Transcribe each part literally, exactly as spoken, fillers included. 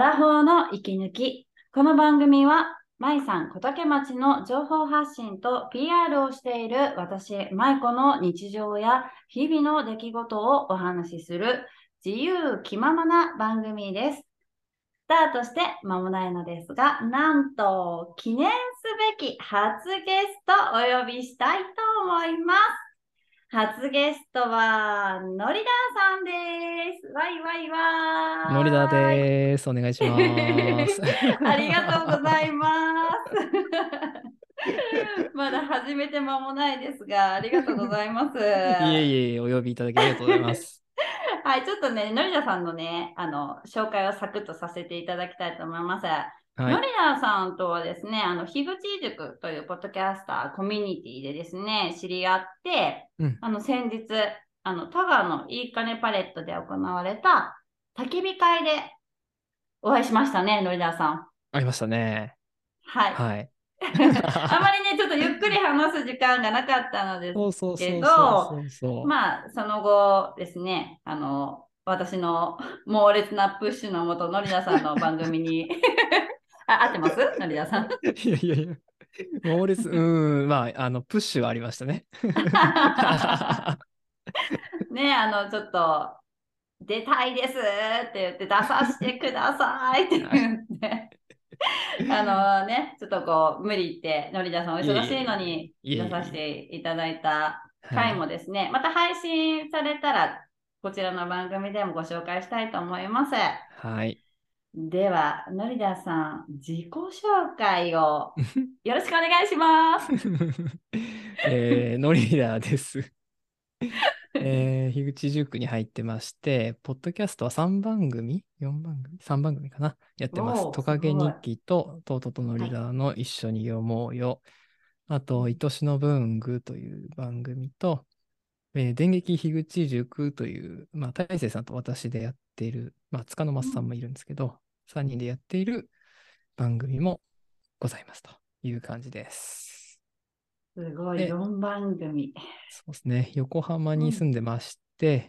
ラフォーの息抜き。この番組は、舞さん小竹町の情報発信と ピーアール をしている私、舞子の日常や日々の出来事をお話しする自由気ままな番組です。スタートして間もないのですが、なんと記念すべき初ゲストをお呼びしたいと思います。初ゲストはノリダーさんです。わいわいのりだわーい。 です。お願いします。 ありがとうございます。まだ始めて間もないですが、ありがとうございます。 いえいえ、お呼びいただきありがとうございます。 はい、ちょっとね、のりださんのね、あの、紹介をサクッとさせていただきたいと思います。 はい。 のりださんとはですね、あの、樋口塾というポッドキャスターコミュニティでですね、知り合って、 うん。 あの、先日、あの、田川のいいかねパレットで行われた焚き火会でお会いしましたね、のりださん。 ありましたね。 はい。 はい。 あまりね、ちょっとゆっくり話す時間がなかったのですそうそうけそうそうど、 そうそまあ、その後ですね、あの、私の猛烈なプッシュのもと、のりださんの番組にあ、合ってますのりださん。 う。いやいやいや、猛烈、うーん、まあ、あの、プッシュはありましたね。 ね、あの、ちょっと、出たいですって言って、出させてくださいって言って、あのね、ちょっとこう、無理言って、のりださんおいえ忙しいいえいえのにいえ、いえ出させいえいえ。 ていただいた回もはい。 ですね、また配信されたら、こちらの番組でもご紹介したいと思います。 はい。 では、のりださん、自己紹介をよろしくお願いします。 えー、ノリーダーです。えー、樋口塾に入ってまして、ポッドキャストはさんばん組 ?よん 番組 ?さん 番組かなやってます。 おお、 トすごい。 カゲ日記とトートとノはい。 リダーの一緒に読もうよ。あと、愛しの文具という番組と、えー電撃樋口塾という、まあ、大勢さんと私でやっている、まあ、塚の松さんもいるんですけど、さんにんでやっている番組もございますという感じです。 すごい、 で、 よんばん組。 そうですね。横浜にうん。 住んでまして、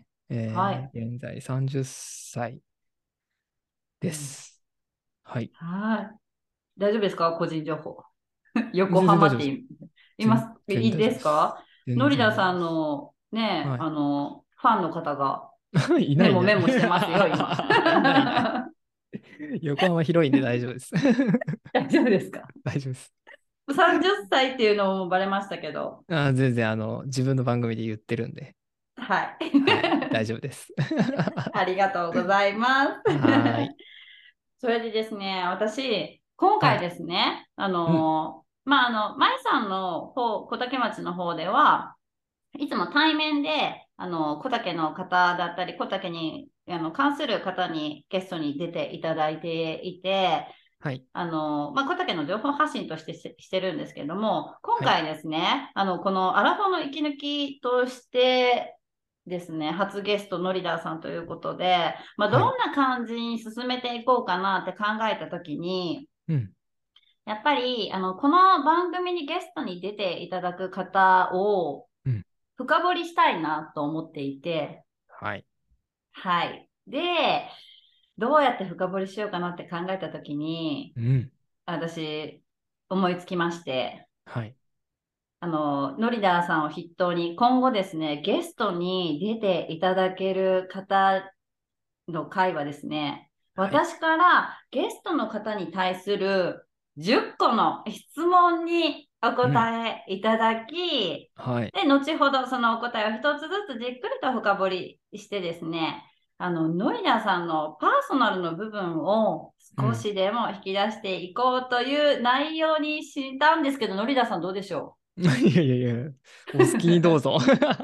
えはい。 ー現在さんじゅっさいうん。 です。はい。 はい。大丈夫ですか個人情報。横全然大丈夫ですよ。 浜って言いま全す、いいで然大丈夫です。 すか？ノ全然リダさん大丈夫です。 のね、 はい。 あの、ファンの方がいないいない。 メモメモしてますよ、今。 いないいない。横浜広いんで大丈夫です。 大丈夫ですか？ 大丈夫です。 さんじゅっ 歳っていうのもバレましたけど。 あー、全然あの、自分の番組で言ってるんで、 はい。 はい、大丈夫です。 ありがとうございます。 はーい。 それでですね、私、今回はい。 ですね、あうん。 の、まあ、あの、舞さんの方、小竹町の方では、いつも対面で、あの、小竹の方だったり、小竹に、あの、関する方にゲストに出ていただいていて、 はい。 あの、まあ、小竹の情報発信としてし、してるんですけども、今はい。 回ですね、あの、このアラフォーの息抜きとしてですね、初ゲストノリダーさんということで、まあ、どはい。 んな感じに進めていこうかなって考えたときに、 うん。 やっぱり、あの、この番組にゲストに出ていただく方をうん。 深掘りしたいなと思っていて、 はい。 はい。で、どうやって深掘りしようかなって考えたときに、 うん。 私、思いつきまして、 はい。 あの、ノリダーさんを筆頭に、今後ですね、ゲストに出ていただける方の会はですね、 はい。 私からゲストの方に対するじゅっこの質問におうん。 答えいただき、 はい。 で、後ほどそのお答えを一つずつじっくりと深掘りしてですね、あの、ノイダーさんのパーソナルの部分をうん。 少しでも引き出していこうという内容にしたんですけど、ノリダーさんどうでしょいやいやいや、お好きにどうぞ。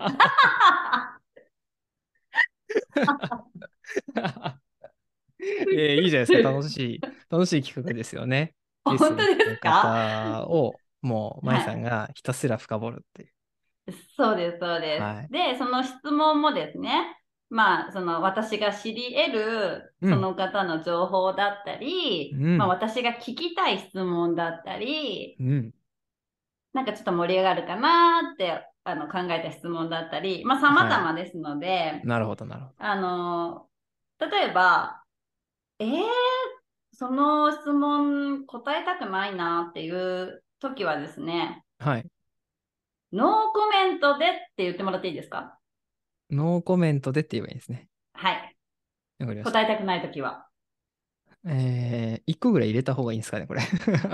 えーいいじゃないですか。楽しい、楽しい企画ですよね。ゲスト本当でに来たすか？ 方を、もう、舞さんはい。 がひたすら深掘るっていう。 そうです、そうです。 はい。 で、その質問もですね、まあ、その私が知り得るうん。 その方の情報だったり、まあ、 うん。 私が聞きたい質問だったり、 うん。 なんかちょっと盛り上がるかなってあの考えた質問だったり、まあ、様はい。 々ですので、 なるほど、なるほど。 あの、例えば、えー、 その質問答えたくないなっていう時はですね、 はい。 ノーコメントでって言ってもらっていいですか？ ノーコメントでって言えばいいんですね。 はい。 わかりました。 答えたくない時は。 えー、いっこぐらい入れた方がいいんですかね、これ。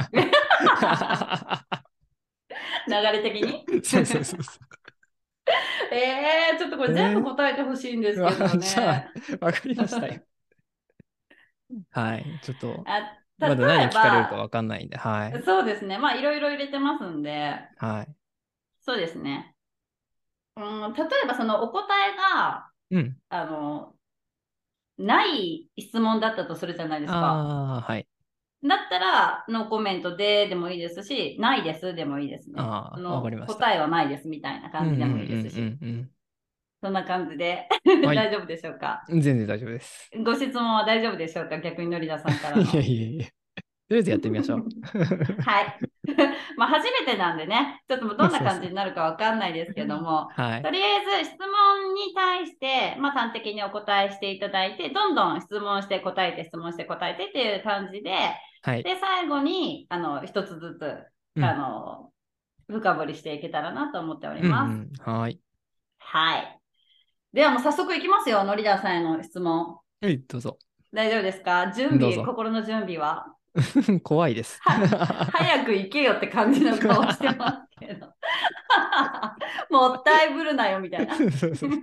流れ的にそうそうそうそえー、ちょっとこう。 れ全部えー、 答えてほしいんですけどうわじゃね。 あ、わかりましたよ。はい。ちょっと、 あ、例まだ何え聞かれるかば、 わかんないんで、はい。 そうですね。まあ、いろいろ入れてますんで、 はい。 そうですね。うん、例えばそのお答えが、 うん。 あの、ない質問だったとするじゃないですか。 ああ、はい。 だったら、ノーコメントででもいいですし、ないですでもいいですね。そああ、わかりのました。 答えはないですみたいなうんうんうん感じでもいいですし、 うんうん。 そんな感じではい。 大丈夫でしょうか？ 全然大丈夫です。 ご質問は大丈夫でしょうか？逆にのりださんからいやの。 いやいや。とりあえずやってみましょう。 はい。まあ初めてなんでね、ちょっともうどんなそうそう。 感じになるかわかんないですけども、 はい。 とりあえず質問に対して、まあ、端的にお答えしていただいて、どんどん質問して答えて、質問して答えてっていう感じで、 はい。 で、最後に、あの、一つずつ、あうん。 の、深掘りしていけたらなと思っておりうんます。 うん。はい。 はい。ではもう早速いきますよ、のりださんへの質問。 はい、どうぞ。 大丈夫ですか？準備、 どうぞ。 心の準備は。 怖いです。 は、早く行けよって感じの顔してますけど。もったいぶるなよみたいな。 そうそう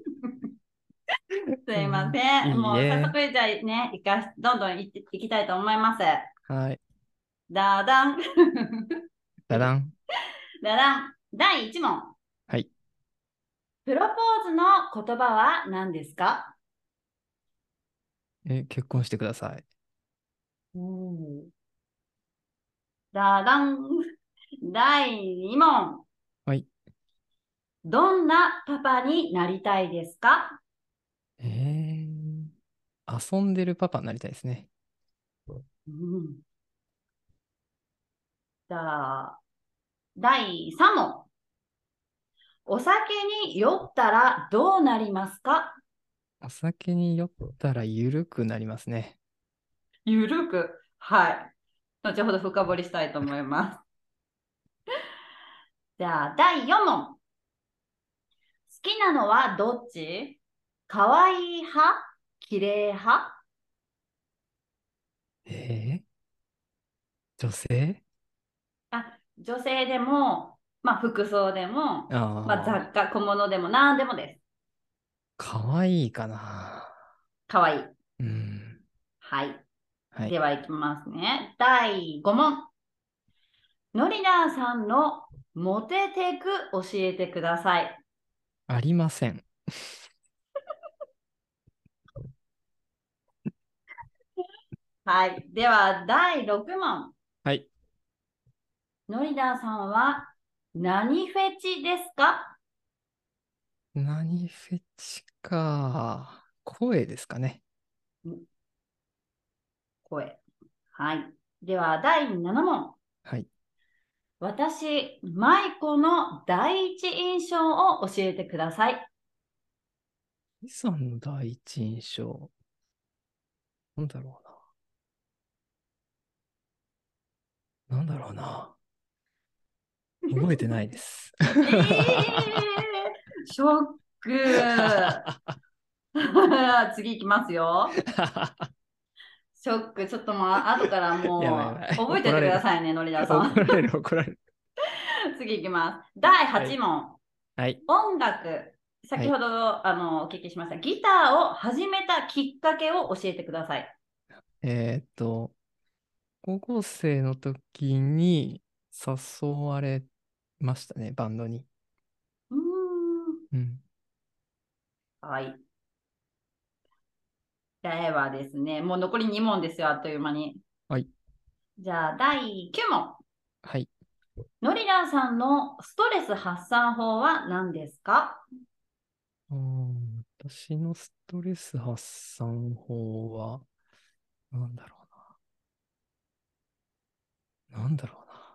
すいまうん、 せん。 いいもう早速え。 じゃあね、いかし、どんどんいっていきたいと思います。 はい。 ダダン。 だだん。 ダダン。だいいち問。 はい。 プロポーズの言葉は何ですか？ え、結婚してください。 うん。ダダン。だいに問。 はい。 どんなパパになりたいですか？ えー、遊んでるパパになりたいですね。 うん。じゃあ、だいさん問。お酒に酔ったらどうなりますか？ お酒に酔ったら緩くなりますね。 ゆるく。はい。後ほど深掘りしたいと思います。じゃあ、だいよん問。好きなのはどっち？かわいい派？綺麗派？ えー、女性。 あ、女性でも、まあ、服装でも、まあ、 ああ雑貨、小物でも何でもです。 ー、かわいいかな。 かわいい。 うん。 はい。 はい。 では、いきますね。だいご問。ノリダーさんのモテテク教えてください。 ありません。 はい。では、だいろく問。 はい。 ノリダーさんは何フェチですか？ 何フェチか。声ですかね。 声。はい。では、だいなな問。 はい。 私、マイコの第一印象を教えてください。 イさんの第一印象。なんだろうな。なんだろうな。覚えてないです。 えー、ショック。次いきますよ。ショック。ちょっともう後からやばいやもばい。 う覚えておいてく怒られる。 ださいね、のりださん。 怒られる、怒られる。 次いきます。だい8 はい。 問。 はい。 音楽。 はい。 先ほどあのお聞きしました。ギターを始めたきっかけを教えてください。 えーっと、高校生の時に誘われましたね、バンドに。 うーん。 うん。 はい。ではですね、もう残りに問ですよ、あっという間に。 はい。 じゃあ、だいきゅう問。 はい。 ノリラーさんのストレス発散法は何ですか？ うーん私のストレス発散法は、なんだろうな。なんだろ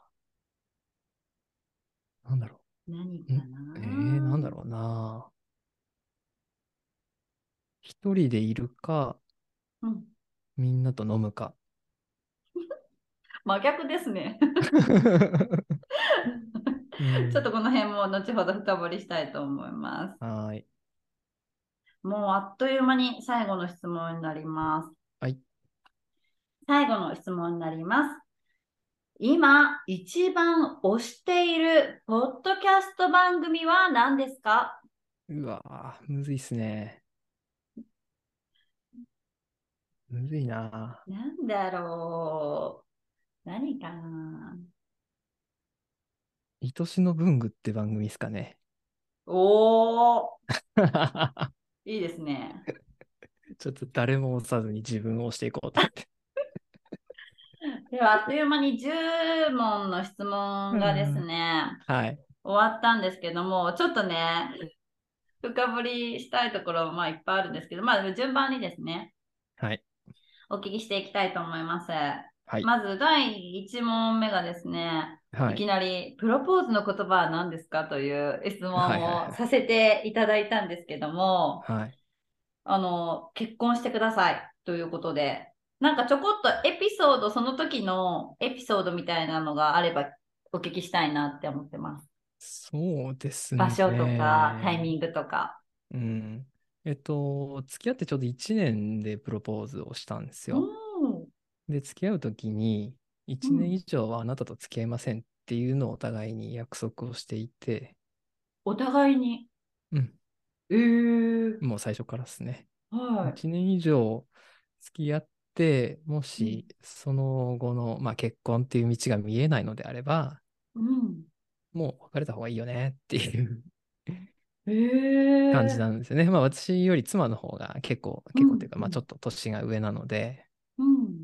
うな。なんだろう。ん何かな？ えー、なんだろうな。一人でいるか、 うん。 みんなと飲むか。 真逆ですね。 うん、 ちょっとこの辺も後ほど深掘りしたいと思います。 はい。 もうあっという間に最後の質問になります。 はい。 最後の質問になります。今、一番推しているポッドキャスト番組は何ですか？ うわぁ、むずいっすね。むずいななんだろう。何かな。 ぁ。愛しの文具って番組ですかね。 おー、いいですね。 ちょっと誰も押さずに自分を押していこうと思って。 では、あっという間にじゅう問の質問がですうん。 ね、 はい。 終わったんですけども、ちょっとね、深掘りしたいところ、まあいっぱいあるんですけど、まあ順番にですね、 はい。 お聞きしていきたいと思います。 はい。 まずだいいち問目がですね、いきはい。 なりプロポーズの言葉は何ですかという質はい。はい。 問をはい。 させていただいたんですけども、 はい。 あの、結婚してくださいということで、なんかちょこっとエピソード、その時のエピソードみたいなのがあればお聞きしたいなって思ってます。 そうです場所とかタイね。 ミングとか。 うん。えっと、付き合ってちょうどいちねんでプロポーズをしたんですうよ。 ん。 で、付き合うときに、1年うん。 以上はあなたと付き合いませんっていうのをお互いに約束をしていて、 お互いに。 うん。 えー、 もう最初からですね。 はいちねん以上付き合って、もい。うん。 しその後の、まあ、結婚っていう道が見えないのであれば、 うん。 もう別れた方がいいよねっていうえ感じー、 なんですよね。まあ私より妻の方が結構、 うん。 結構というか、 うん。 まあちょっと年が上なので、 うん。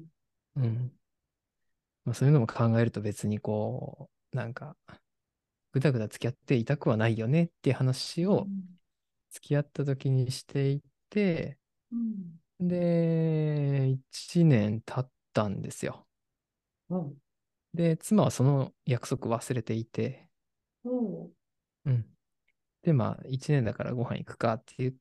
うん。まあそういうのも考えると別にこう、なんか、ぐだぐだ付き合っていたくはないよねっていう話をうん。 付き合った時にしていて、 うん。 で、いちねん経ったんですよ。 おう。 で、妻はその約束忘れていて、 おう。 うん。で、まあ、いちねんだからご飯行くかって言って、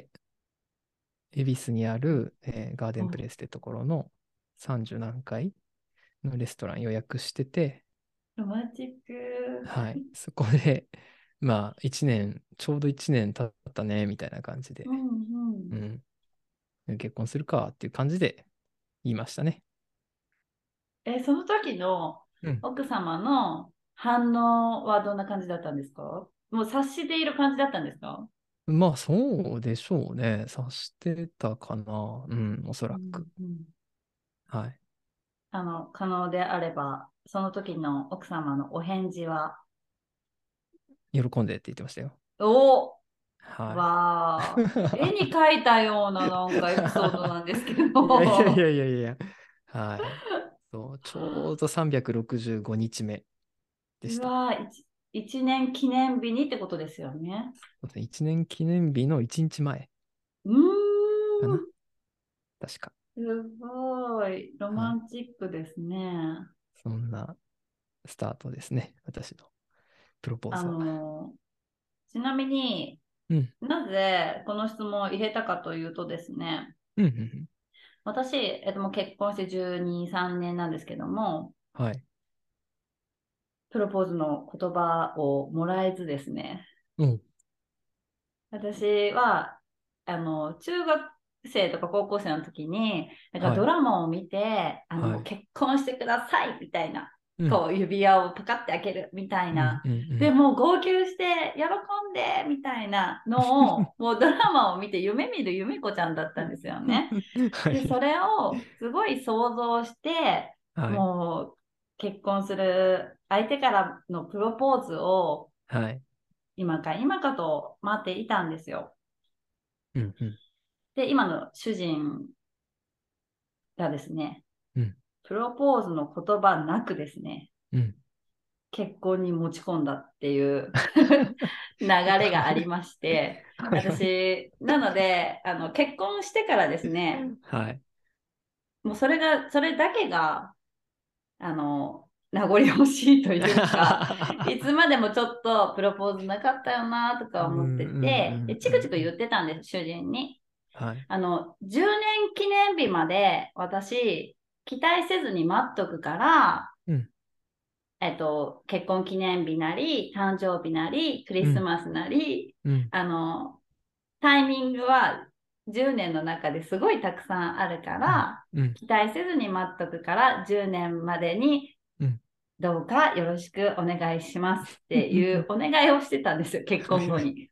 恵比寿にある、えーガーデおう。 ンプレスってところのさんじゅう何階のレストラン予約してて、 ロマンチック。 はい。そこで、まあ、いちねん、ちょうどいちねん経ったね、みたいな感じで、 うん。うん。 うん。結婚するかっていう感じで言いましたね。 え、その時のうん。 奥様の反応はどんな感じだったんですか？もう察している感じだったんですか？ まあ、そうでしょうね。察してたかな。うん、おそうん。 らく。 うん。 はい。 あの、可能であれば、その時の奥様のお返事は、 喜んでって言ってましたよ。 おー、 はい。 わー、絵に描いたようななんかエピソードなんですけいやいやいやど。 いやいや。はい。そう、ちょうどさんびゃくろくじゅうごにちめでした。 うわー、一一年記念日にってことですよね。 いちねん記念日のいちにちまえうーかな。 ん、 確か。 すごい、ロはい。 マンチックですね。 そんなスタートですね。私のプロポーあズは。 の、ちなみにうん。 なぜこの質問を入れたかというとですね、 うん、うん、うん。 私、えっと、もう結婚してじゅうに、さんねんなんですけども、 はい。 プロポーズの言葉をもらえずですね、 うん。 私は、あの、中学生とか高校生の時に、なんかはい。 ドラマを見て、あの、 はい。 もう結婚してくださいみたいな、 うん。 こう指輪をパカって開けるみたいうん、 な。 うん、うで、 ん。 もう号泣して喜んでみたいなのを、もうドラマを見て夢見る夢子ちゃんだったんですよね。で、そはい。 れをすごい想像して、 はい。 もう結婚する相手からのプロポーズをはい。 今か今かと待っていたんですよ。 うん、うん。 で、今の主人がですね、 うん。 プロポーズの言葉なくですね、 うん。 結婚に持ち込んだっていう流れがありまして、 はい。はい。 私、なので、あの、結婚してからですね、 はい。 もうそれが、それだけが、あの、名残惜しいというか、いつまでもちょっとプロポーズなかったよなとかうん、うん、 思ってて、で、チうん、うん。 クチク言ってたんです、主人に。 はい。 あの、じゅうねん記念日まで私、 期待せずに待っとくから、 うん。 えっと、結婚記念日なり、誕生日なり、クリスうん。 マスなり、 うん。 あの、タイミングはじゅうねんの中ですごいたくさんあるかうん。 ら、 うん。 期待せずに待っとくから、じゅうねんまでにうん。 どうかよろしくお願いしますっていうお願いをしてたんですよ、結婚後に。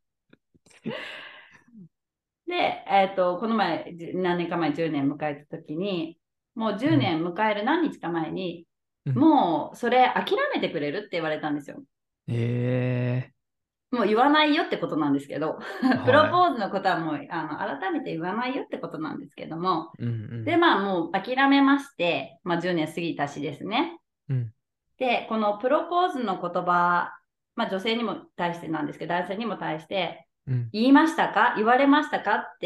で、えっと、この前、じ何年か前、じゅうねん迎えた時に、もう10 うん。 年迎える何日か前に、 うん。 もうそれ諦めてくれるって言われたんですよ。 えもう言わないよってことなんですけど、 ー、 プロポはーズのことはもうあの改めて言わないよってことなんですけども、 い。うん。うで、 ん。 まあもう諦めまして、まあじゅうねん過ぎたしですね。 うん。 で、このプロポーズの言葉、まあ女性にも対してなんですけど、男性にも対して、 うん。 言いましたか言われましたかって、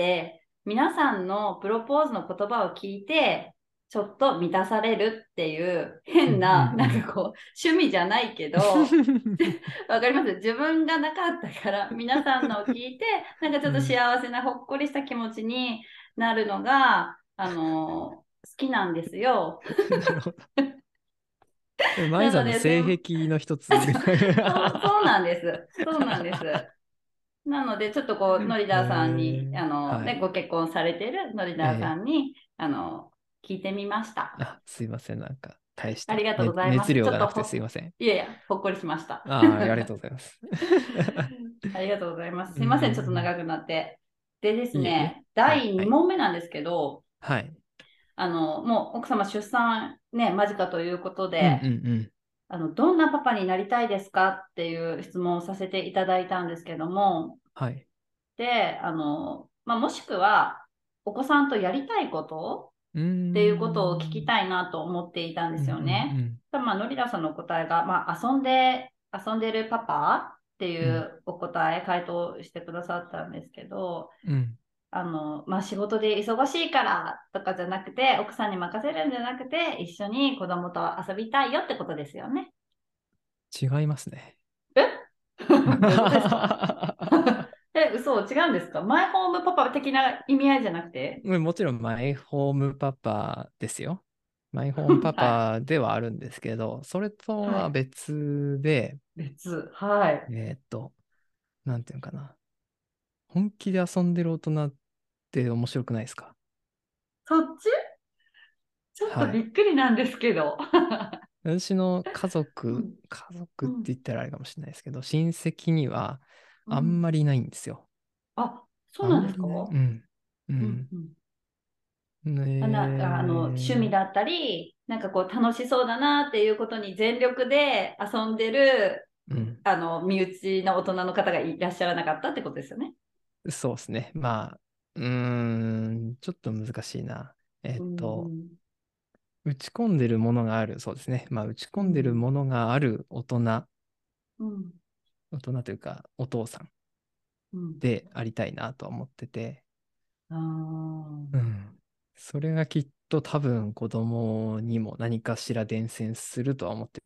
皆さんのプロポーズの言葉を聞いて、ちょっと満たされるっていううん。う変な、なんん。 かこう、趣味じゃないけど、わかります自分がなかったから皆さんのを聞いてなんかちょっとうん。 幸せなほっこりした気持ちになるのがあの好きなんですよ。 なるほど。マイなさんののでせん性癖の一つ。 そうそうなんですそうなんです。なのでちょっとこうノリダーさんにえー、 あの、ね、 はい。 ご結婚されてるノリダーさえんにあの聞いてみましー、 た。 あ、すいません。なんか、大して、 ありがとうごね、 ざいます。ちょ熱量がなくてすっとほいません。 いやいやほっこりしました。 ああ、ありがとうございます。 ありがとうございます。 うすいません、ちょっとん。 長くなって。でですいえいえ。 ね、 はい、 だいにはい。 問目なんですけど、 はい。 あの、もう奥様出産ね、間近ということうん、うん、 で、 うん。 あの、どんなパパになりたいですかっていう質問をさせていただいたんですけども、 はい。 で、あの、まあ、もしくは、お子さんとやりたいことうーっていうことを聞きん。 たいなと思っていたんでうん、うすよね。 ん、 ただまあ、ノリダさんの答えが、まあ、遊んで、遊んでるパパっていうん。 うお答え、回答してくださったんですけど、 うん。 あの、まあ、仕事で忙しいからとかじゃなくて、奥さんに任せるんじゃなくて、一緒に子供と遊びたいよってことですよね。 違いますね。 えどういうことですか？え、嘘、違うんですか？マイホームパパ的な意味合いじゃなくて？ うんもちろん、マイホームパパですよ。マイホームパはい。 パではあるんですけど、それとははい。 別で、 別。はい。 えーっと、なんていうのかな。本気で遊んでる大人って面白くないですか？ そっちちょっとはい。 びっくりなんですけど。 私の家族、 うん。 家族ってうん。 言ったらあれかもしれないですけど、親戚にはうん。 あんまりいないんですよ。 あ、そうあなんでんまりいない。うすか？ ん。ううん。 ん。 うん。あな、あの、趣味ねだったり、なんかこう楽しそうだなっていうことに全力で遊んでる、 え、うん。 あの、身内の大人の方がいらっしゃらなかったってことですよね。 そうですね。まあ、うーん、ちょっと難しいな。えうっと、 ん。 打ち込んでるものがある、そうですね。まあ、打ち込んでるうん。 ものがある大人、 うん。 大人というか、お父さんうん。 でありたいなとは思ってて、 ああ。 うん。それがきっと多分子供にも何かしら伝染するとは思って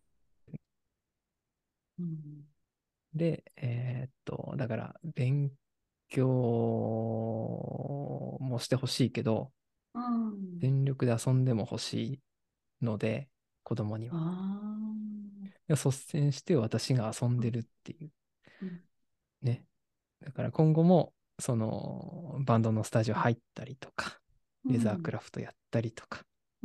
うん。 で、えーっと、だから、勉強もしてほしいけど、 うん。 全力で遊んでも欲しいので、子供にあは。 あ。 で率先して私が遊んうん。 でるっていううん。 ね。だから今後も、その、バンドのスタジオ入ったりとか、レザークうん。 ラフトやったりとか、 うん。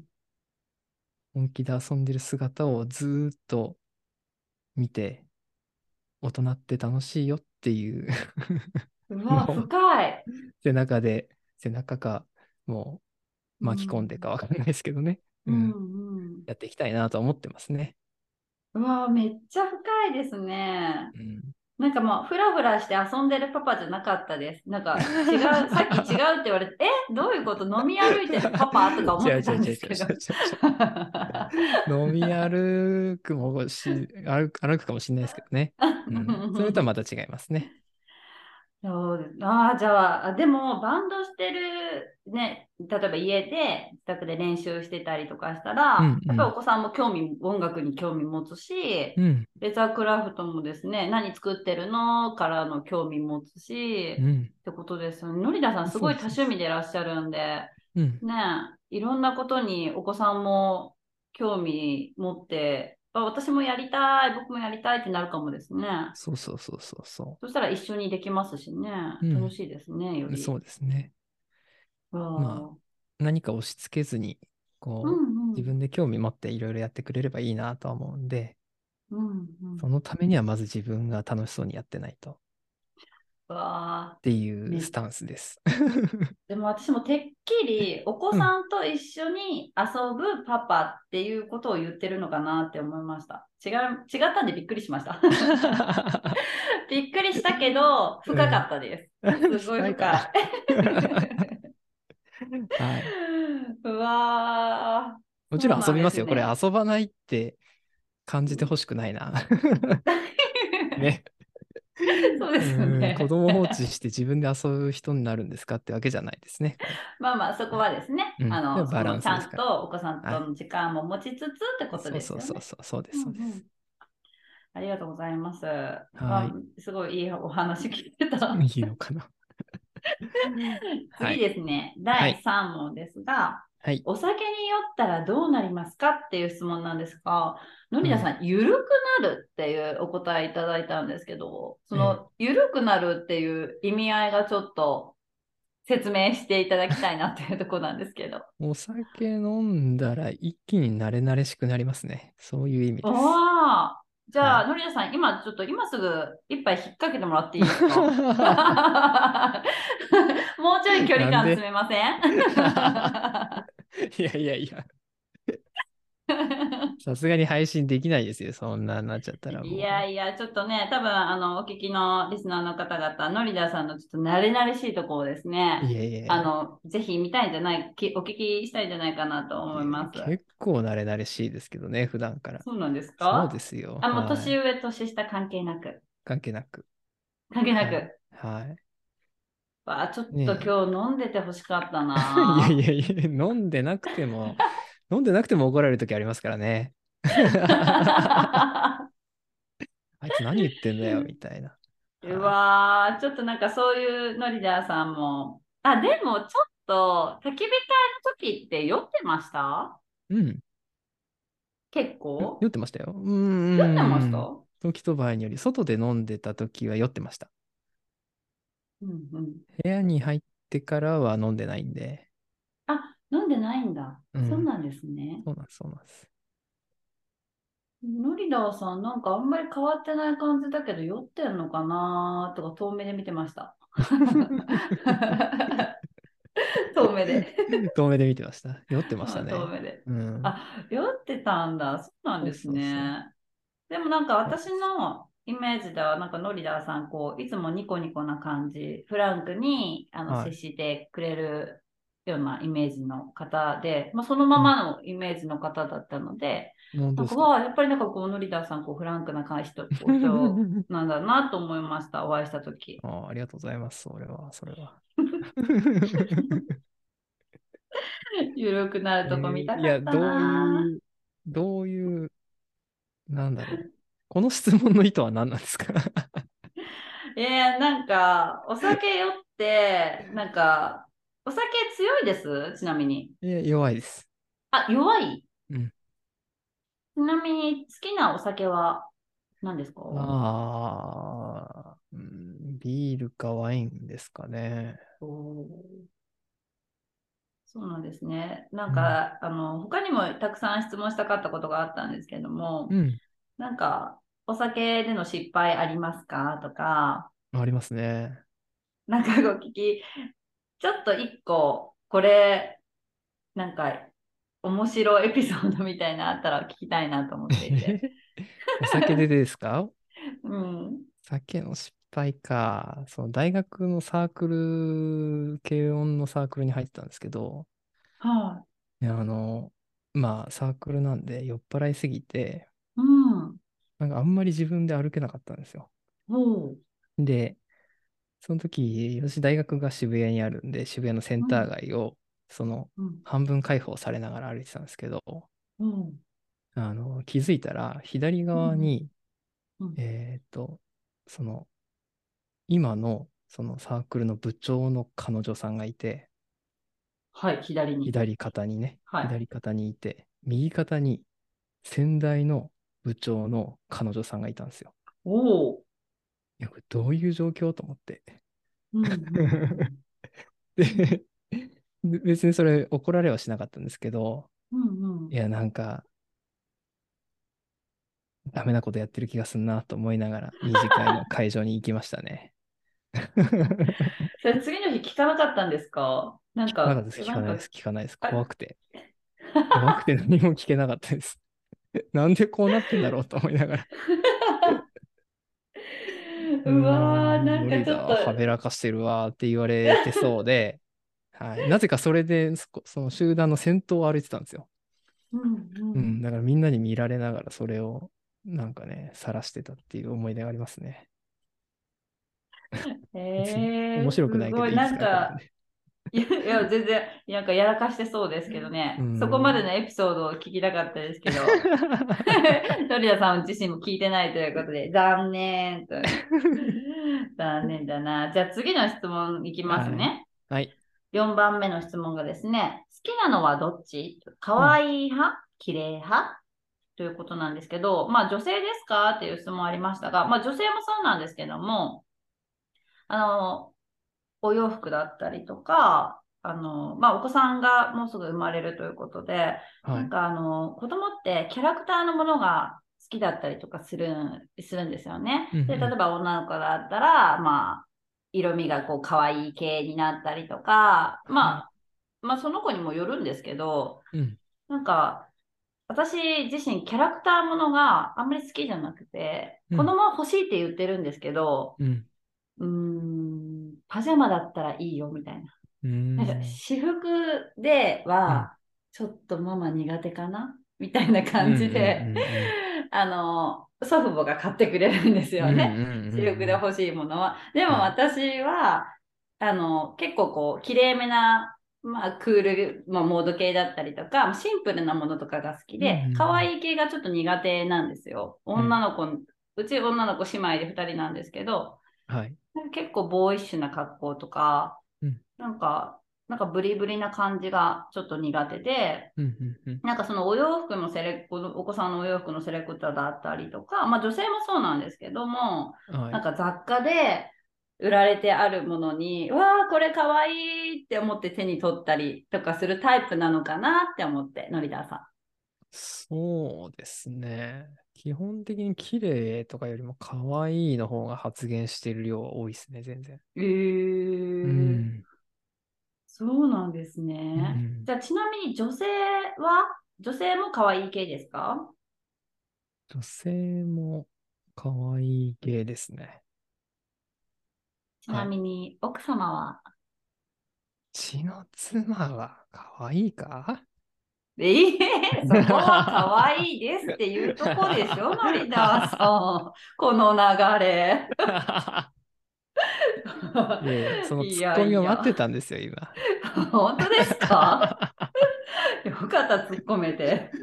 本気で遊んでる姿をずーっと見て、大人って楽しいよっていううわ、 のを深い。 背中で、背中か、もうう巻き込んでん。 かわかんないですけどね。 ううん。 ん。うん。 やっていきたいなと思ってますね。 うわ、めっちゃ深いですね。 うん。 なんかもう、ふらふらして遊んでるパパじゃなかったです。なんか、違う、さっき違うって言われて、え、どういうこと飲み歩いてるパパとか思ってた違う違う違う違う違うんですけど。 違う。飲み歩くもし、歩く、歩くかもしれないですけどね。うん。それとはまた違いますね。 そうです。ああ、じゃあ、あでも、バンドしてる、ね、例えば家で、自宅で練習してたりとかしたら、 うんうん。 やっぱりお子さんも興味、音楽に興味持つし、 うん。 レザークラフトもですね、何作ってるのからの興味持つし、 うん。 ってことですよね。のりださん、すごい多そうそうそ趣味でいらっしゃるんで、 うん。 ねえ、いろんなことにお子さんも興味持って、あ、私もやりたい、僕もやりたいってなるかもですね。 そうそうそうそうそそしたら一緒にできますしね。 う。 楽しいですね、ようん。そり。 うですね。 わまあ、 あ。 何か押し付けずに、 うこう、 んうん。 自分で興味持っていろいろやってくれればいいなとは思うんで、 うんうん。 そのためにはまず自分が楽しそうにやってないとっわあ。 ていうスめタンスです。 でも私もてっきりお子うん。 さんと一緒に遊ぶパパっていうことを言ってるのかなって思いました。違う、違ったんでびっくりしました。びっくりしたけど、深かうん。 ったです。すごい深いかな。 深い。 はい。 うわー、 もちろそうなんん遊びますよ。これですね。 遊ばないって感じてほしくないな。ね。 そうですようん、子ね。 供放置して自分で遊ぶ人になるんですかってわけじゃないですね、これ。 まあまあ、そこはい。 はですね、 うん。 あの、そでもバラのちゃんンスですから。 とお子さんはい。 との時間も持ちつつってことそうですよね。 そうそうそう、そうです、 うんそうです。 うん。ありがとうございます。 はい。 あ、すごいいいお話聞いてた。 いいのかな。は次い。 ですね、だいはい。 さん問ですが、 はい。 お酒に酔ったらどうなりますかっていう質問なんですが、のうん。 りださん、ゆるくなるっていうお答えいただいたんですけど、そええ。 のゆるくなるっていう意味合いがちょっと説明していただきたいなっていうところなんですけど。 お酒飲んだら一気に慣れ慣れしくなりますね。そういう意味です。 おー、じゃあ、 はい。 のりださん、今ちょっと今すぐ一杯引っ掛けてもらっていいですか？もうちょい距離感詰なんで？ めません？ いやいやいや。さすがに配信できないですよ。そんなになっちゃったらいもやいや、ちょっとね、多分あの、お聞きのリスナーの方々、ノリダーさんのちょっと慣れ慣れしいところをですう。 ね、 いやいやいや。 あの、ぜひ見たいんじゃない、きお聞きしたいんじゃないかなといやいや、 思います。 結構慣れ慣れしいですけどね、普段から。 そうなんですそうでか？ すよ。 あ、もうはい。 年上、年下関係なく。 関係なく。 関係なはい。 く。 はわあ、ちょっい。 とね今日飲んでて欲しかったえ。いやいな。 やいや、飲んでなくても、飲んでなくても怒られるときありますからね。あいつ何言ってんだよ、みたいな。 うはわー、ちょっとなんかそういうノリダーさんも。あ、でもちょっと焚き火会の時って酔ってました？ い。うん。 結よ酔っ構てましたよ。うー酔ってましん。 た？ 時と場合により、外で飲んでた時は酔ってました。 うんうん。 部屋に入ってからは飲んでないんで。 あ、飲んでないんだ。 うん。 そうなんですね。 そうなんです、そうなんです。 ノリダーさん、なんかあんまり変わってない感じだけど、酔ってんのかなとか遠目で見てました。遠目で。 遠目で見てました。酔ってましたうん、遠ね。 目で。 うん。 あ、酔ってたんだ。そうなんそうですそうそう。 ね。でもなんか私そうなんです。 のイメージでは、なんかノリダーさん、こう、いつもニコニコな感じ、フランクにあの接はい。 してくれるようなイメージの方で、まあ、そのまうん。 まのイメージの方だったので、なんか、 本当ですか？ わあ、やっぱりなんかこう、ノリダーさん、こう、フランクな感じ人、お人なんだなと思いました、お会いしたとき。 ああ、ありがとうございます。それは、それは。 ゆるくなるえとこ見ーいや、 たかったどうな。 いう、どういう、なんだろう。この質問の意図は何なんですか？ えー、なんか、お酒酔って、なんか、お酒強いですちなみに。 いや、弱いです。 あ、弱い？ うん。 ちなみに好きなお酒は何ですか？おああ、うん、ビールかワインですかね。 ー、そうなんですね。なんうん。 か、あの、他にもたくさん質問したかったことがあったんですけども、 うん。 なんか、お酒での失敗ありますかとか、 ありますね。 なんかご聞き、ちょっと一個、これ、なんか、面白いエピソードみたいなのあったら聞きたいなと思っていて。 お酒でですか？ うん。 酒の失敗か。その大学のサークル、軽音のサークルに入ってたんですけど、 はいいや、あの、まあ、サークルなんで酔っ払いすぎて、 うん。 なんかあんまり自分で歩けなかったんですよ。 おう。 で、その時、私大学が渋谷にあるんで、渋谷のセンターうん。 街を、その、 うん。 半分開放されながら歩いてたんですけど、 うん。 あの、気づいたら、左うん。 側に、 うん。 えっと、その、今の、そのサークルの部長の彼女さんがいて、 はい、左に。 左肩にね、 はい。 左肩にいて、右肩に先代の部長の彼女さんがいたんですよ。 おお。 いや、これどういう状況と思って。 うんうんで、別にそれ怒られはしなかったんですけど、 うん。うんうん。 いや、なんか、ダメなことやってる気がすんなと思いながら、二次会の会場に行きましたね。 それ次の日聞かなかったんですか？なんか、 聞かなかったです、聞なんか、 かないです、聞かないです。怖あ、 くて。怖くて何も聞けなかったです。なんでこうなってんだろうと思いながら。うーうわー、 ん、 なんノリだ、 かちょっと、 はべらかしてるわーって言われてそうで、はい。なぜかそれで、そこその集団の先頭を歩いてたんですよ。 うんうん。 うん。だからみんなに見られながらそれを、なんかね、晒してたっていう思い出がありますね。別に面えー、 白くないけすごい、なんどいいですか、これはか、 ね。 いや、いや全然、なんかやらかしてそうですけどうね。そこまでん。 のエピソードを聞きたかったですけど、ノリダさん自身も聞いてないということで、残念と。残念だな。じゃあ次の質問いきますはい。 ね。 はい。 よんばんめの質問がですね、好きなのはどっち？可うん。 愛い派綺麗派ということなんですけど、まあ女性ですかっていう質問ありましたが、まあ女性もそうなんですけども、あの、お洋服だったりとか、あの、まあ、お子さんがもうすぐ生まれるということで、 はい。 なんかあの、子供ってキャラクターのものが好きだったりとかする、するんですよね。で、例えうんば女の子だったら、まあ、色味がこう可愛い系になったりとか、 うん。はい。 まあ、まあその子にもよるんですけど、 うん。 なんか私自身キャラクターものがあんまり好きじゃなくて、 うん。 子供は欲しいって言ってるんですけど、 うん。 うーん、パジャマだったらいいよみたいな。 うーなんかん。 私服でうん。 は、ちょっとママ苦手かなみたいなうん。う感じで、 ん。 あの、祖父母が買ってくれるんですうん。うん。 よね。 うん。 私服でうん。 欲しいものは。でもはい。 私は、あの、結構こう、綺麗めな、まあ、クール、まあ、モード系だったりとか、シンプルなものとかが好きうん。うで、可ん。 愛い系がちょっと苦手なんですよ。 うん。 女の子、うち女の子姉妹でふたりなんですけど、 はい。 結構ボーイッシュな格好とか、 うん。 なんか、なんかブリブリな感じがちょっと苦手で、 うん。うん。 なんかそのお洋服のセレクト、お子さんのお洋服のセレクトだったりとか、まあ女性もそうなんですけども、 はい。 なんか雑貨で売られてあるものに、わあ、これかわいいって思って手に取ったりとかするタイプなのかなって思って、ノリダーさそうですね。基本的に綺麗とかよりも可愛いの方が発言してる量は多いですね、全然。 ん。えうー、 ん。 そうなんですうね。 ん。 じゃあちなみに女性は、女性も可愛い系ですか？ 女性も可愛い系ですね。 ちなはい。 みに奥様は？ 血の妻は可愛いか？ ええそこは可愛いですっていうとこでしょ、ノリダーさん。この流れ。 いやいや、そのいツッコミを待ってやいや。 たんですよ、今。 本当ですか？よかった、突っ込めて。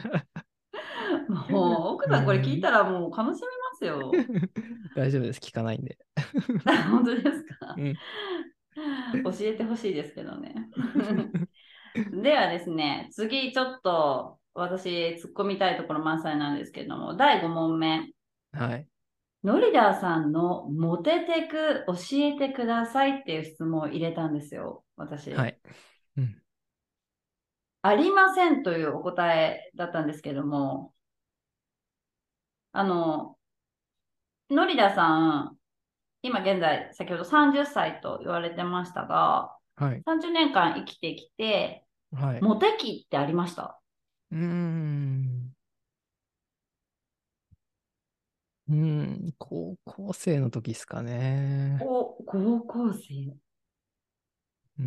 もう、奥うさんこれ聞いん。 たらもう悲しみますよ。 大丈夫です、聞かないんで。 本当ですか？ うん。 教えてほしいですけどね。ではですね、次ちょっと私突っ込みたいところ満載なんですけども、だいご問目。 はい。 ノリダーさんのモテテク教えてくださいっていう質問を入れたんですよ、私。 はい。うん。 ありませんというお答えだったんですけども、あの、ノリダーさん、今現在、先ほどさんじゅっさいと言われてましたが、 はい。 さんじゅうねんかん生きてきて、 はい。 モテ期ってありました？ うーん。うーん。高校生の時ですかね。 お、高校生。 うん。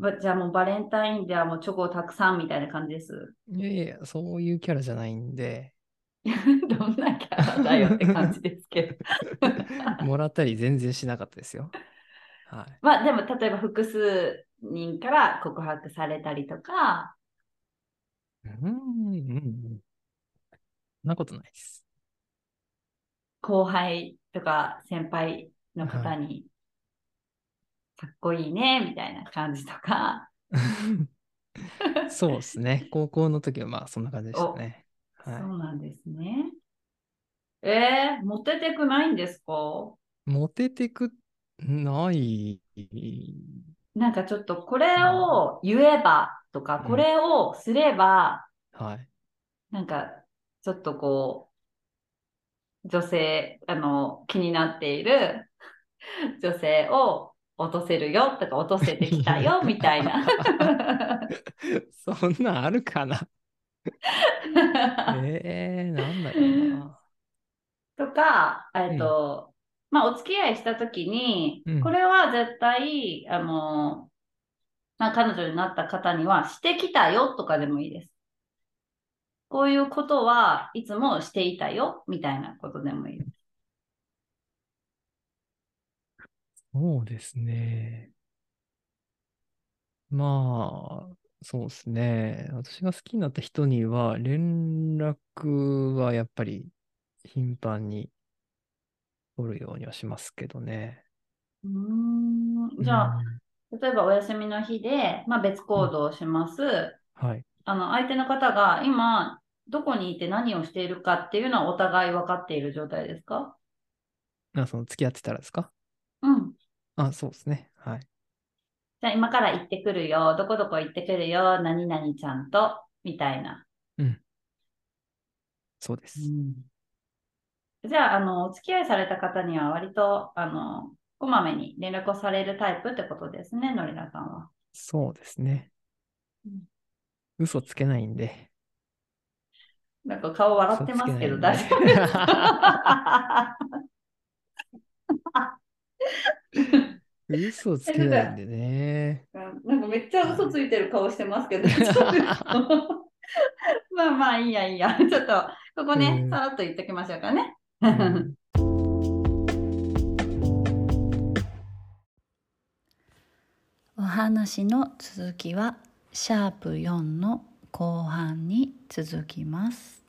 ばじゃあもうバレンタインではもうチョコたくさんみたいな感じです。 いやいや、そういうキャラじゃないんで。 どんなキャラだよって感じですけど。 もらったり全然しなかったですよ。はい。 まあでも例えば複数人から告白されたりとか、 うーん。うん。そんなことないです。 後輩とか先輩のはい。 方にかっこいいねみたいな感じとか。 そうですね。高校の時はまあそんな感じでしたお、 ね。はい。 そうなんですね。えー、モテてくないんですか？ モテてく、ないなんかちょっとこれかな。 を言えばとか、こうん。 れをすれば、 はい。 なんかちょっとこう、女性、あの、気になっている女性を落とせるよとか、落とせてきいやたよみたいな。 そんなんあるかな。えー、なんだろうな。 とか、えっうん。 と、まあ、お付き合いしたときに、 うん。 これは絶対、あの、まあ、彼女になった方にはしてきたよとかでもいいです。こういうことはいつもしていたよみたいなことでもいいです。 そうですね。まあ、そうですね。私が好きになった人には、連絡はやっぱり頻繁に取るようにはしますけどね。 うーん、 うじゃあ、 ん。 例えばお休みの日で、まあ、別うん。 行動をします。 はい。 あの、相手の方が今、どこにいて何をしているかっていうのはお互い分かっている状態ですか？ あ、その付き合ってたらですか？ うん。 あ、そうですね。はい。 じゃあ今から行ってくるよ、どこどこ行ってくるよ、何々ちゃんと、みたいな。 うん。そうです。 うん。じゃあ、あの、お付き合いされた方には割と、あの、こまめに連絡をされるタイプってことですね、のりなさんは。 そうですね。 うん。 嘘つけないんで。 なんか顔笑嘘つけってますけど、 ないんで。 大丈夫ですか？ 嘘つえ、なんか、 けないんでね。 なんかめっちゃ嘘はい。 ついてる顔してますけど、大丈夫ですか？まあまあ、いいやいいや。ちょっと、ここね、さうん。 らっと言っときましょうかね。 うん。 お話の続きはシャープよんの後半に続きます。